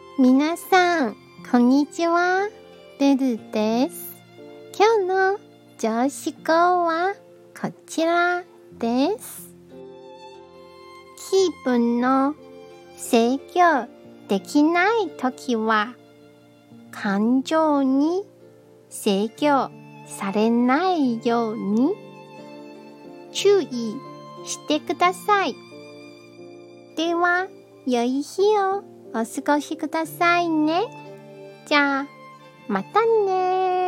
皆さん、こんにちは。ルルです。今日の上司語はこちらです。気分の制御できないときは、感情に制御されないように注意してください。では、良い日をお過ごしくださいね。じゃあ、またね。